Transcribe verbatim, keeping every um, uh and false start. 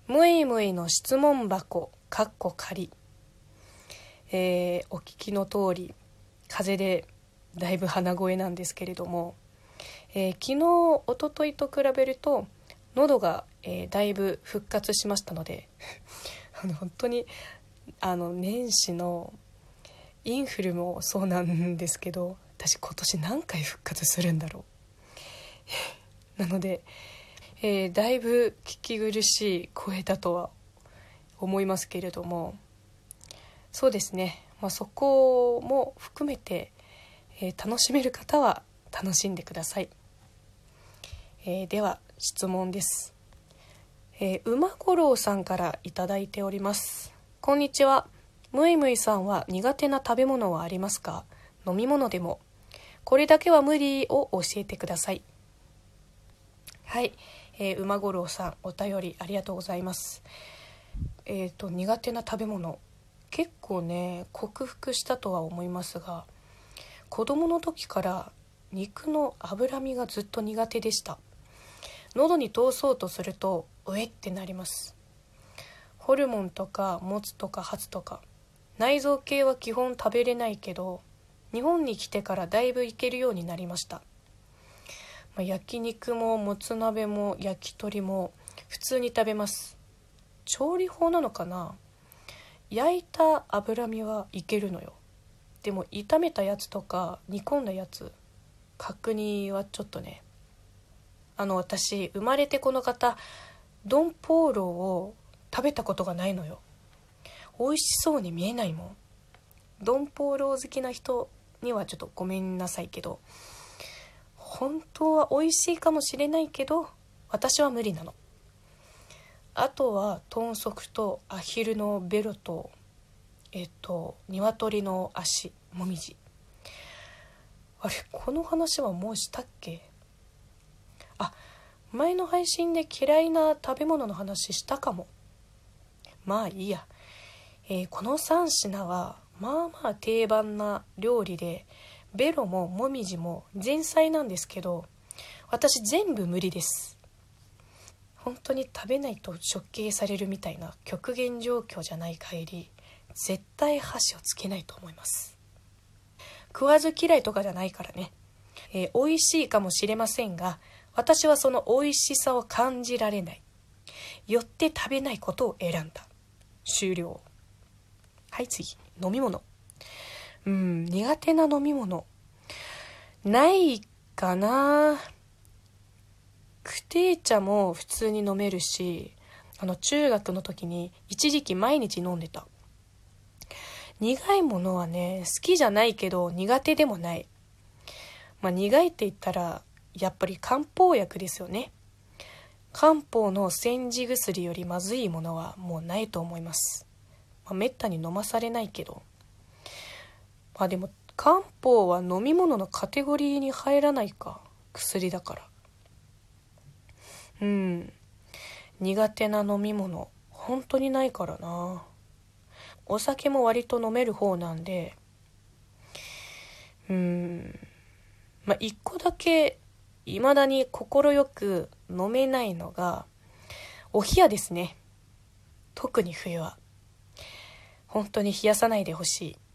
むいむいの質問箱かっこ仮、えー、お聞きの通り風邪でだいぶ鼻声なんですけれども、えー、昨日おとといと比べると喉が、えー、だいぶ復活しましたのであの本当にあの年始のインフルもそうなんですけど、私今年何回復活するんだろうなので、えー、だいぶ聞き苦しい声だとは思いますけれども、そうですね、まあ、そこも含めて、えー、楽しめる方は楽しんでください。えー、では質問です。えー、馬五郎さんからいただいております。こんにちは。むいむいさんは苦手な食べ物はありますか？飲み物でも。これだけは無理を教えてください。はい、えー、馬五郎さんお便りありがとうございます。えーと苦手な食べ物、結構ね克服したとは思いますが、子供の時から肉の脂身がずっと苦手でした。喉に通そうとするとうえってなります。ホルモンとかもつとかハツとか内臓系は基本食べれないけど、日本に来てからだいぶいけるようになりました。まあ、焼肉ももつ鍋も焼き鳥も普通に食べます。調理法なのかな、焼いた脂身はいけるのよ。でも炒めたやつとか煮込んだやつ、角煮はちょっとね。あの私生まれてこの方ドンポーロを食べたことがないのよ。美味しそうに見えないもん。ドンポーロ好きな人にはちょっとごめんなさいけど、本当は美味しいかもしれないけど私は無理なの。あとは豚足とアヒルのベロとえっと鶏の足もみじ、あれこの話はもうしたっけ？あ、前の配信で嫌いな食べ物の話したかも。まあいいや。えー、このさん品はまあまあ定番な料理で、ベロももみじも前菜なんですけど、私全部無理です。本当に食べないと処刑されるみたいな極限状況じゃない限り絶対箸をつけないと思います。食わず嫌いとかじゃないからね、えー、美味しいかもしれませんが、私はその美味しさを感じられない。よって食べないことを選んだ。終了。はい次、飲み物。うん、苦手な飲み物ないかな。クテー茶も普通に飲めるし、あの中学の時に一時期毎日飲んでた。苦いものはね好きじゃないけど苦手でもない。まあ苦いって言ったらやっぱり漢方薬ですよね。漢方の煎じ薬よりまずいものはもうないと思います。まあ、めったに飲まされないけど、まあでも漢方は飲み物のカテゴリーに入らないか、薬だから。うん、苦手な飲み物本当にないからな。お酒も割と飲める方なんで、うーんまあ一個だけ未だに心よく飲めないのがお冷やですね。特に冬は本当に冷やさないでほしい。